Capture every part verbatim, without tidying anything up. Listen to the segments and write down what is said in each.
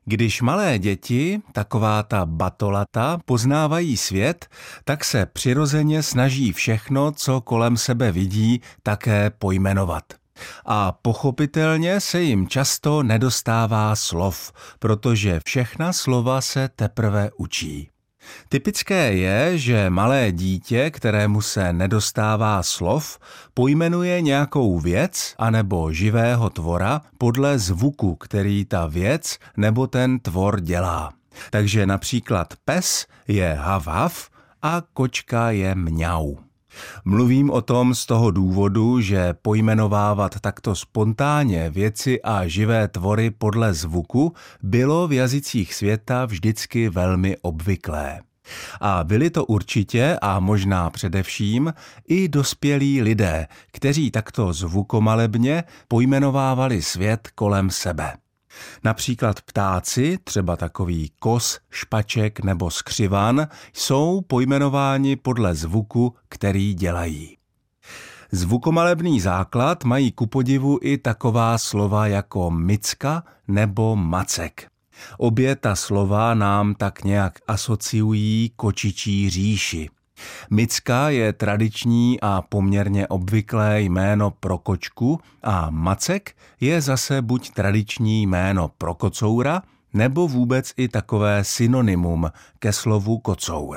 Když malé děti, taková ta batolata, poznávají svět, tak se přirozeně snaží všechno, co kolem sebe vidí, také pojmenovat. A pochopitelně se jim často nedostává slov, protože všechna slova se teprve učí. Typické je, že malé dítě, kterému se nedostává slov, pojmenuje nějakou věc anebo živého tvora podle zvuku, který ta věc nebo ten tvor dělá. Takže například pes je hav hav a kočka je mňau. Mluvím o tom z toho důvodu, že pojmenovávat takto spontánně věci a živé tvory podle zvuku bylo v jazycích světa vždycky velmi obvyklé. A byli to určitě a možná především i dospělí lidé, kteří takto zvukomalebně pojmenovávali svět kolem sebe. Například ptáci, třeba takový kos, špaček nebo skřivan, jsou pojmenováni podle zvuku, který dělají. Zvukomalebný základ mají kupodivu i taková slova jako micka nebo macek. Obě ta slova nám tak nějak asociují kočičí říši. Micka je tradiční a poměrně obvyklé jméno pro kočku a macek je zase buď tradiční jméno pro kocoura, nebo vůbec i takové synonymum ke slovu kocour.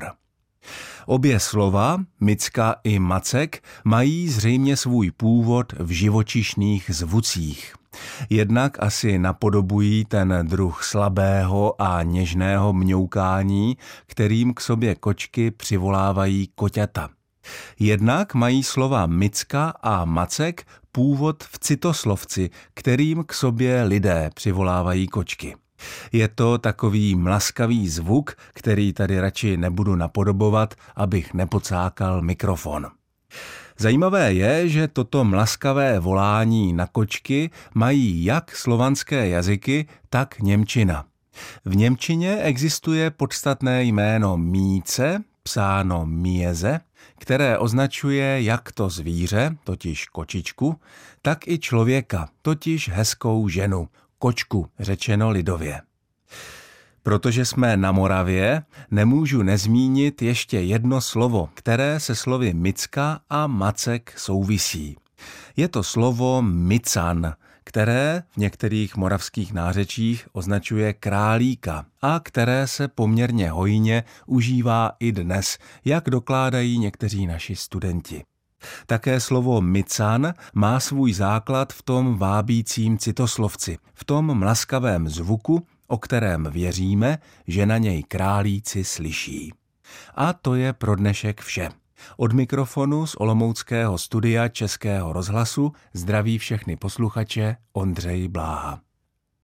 Obě slova, micka i macek, mají zřejmě svůj původ v živočišných zvucích. Jednak asi napodobují ten druh slabého a něžného mňoukání, kterým k sobě kočky přivolávají koťata. Jednak mají slova micka a macek původ v citoslovci, kterým k sobě lidé přivolávají kočky. Je to takový mlaskavý zvuk, který tady radši nebudu napodobovat, abych nepocákal mikrofon. Zajímavé je, že toto mlaskavé volání na kočky mají jak slovanské jazyky, tak němčina. V němčině existuje podstatné jméno míce, psáno mieze, které označuje jak to zvíře, totiž kočičku, tak i člověka, totiž hezkou ženu, kočku, řečeno lidově. Protože jsme na Moravě, nemůžu nezmínit ještě jedno slovo, které se slovy micka a macek souvisí. Je to slovo mican, které v některých moravských nářečích označuje králíka a které se poměrně hojně užívá i dnes, jak dokládají někteří naši studenti. Také slovo mican má svůj základ v tom vábícím citoslovci, v tom mlaskavém zvuku, o kterém věříme, že na něj králíci slyší. A to je pro dnešek vše. Od mikrofonu z olomouckého studia Českého rozhlasu zdraví všechny posluchače Ondřej Bláha.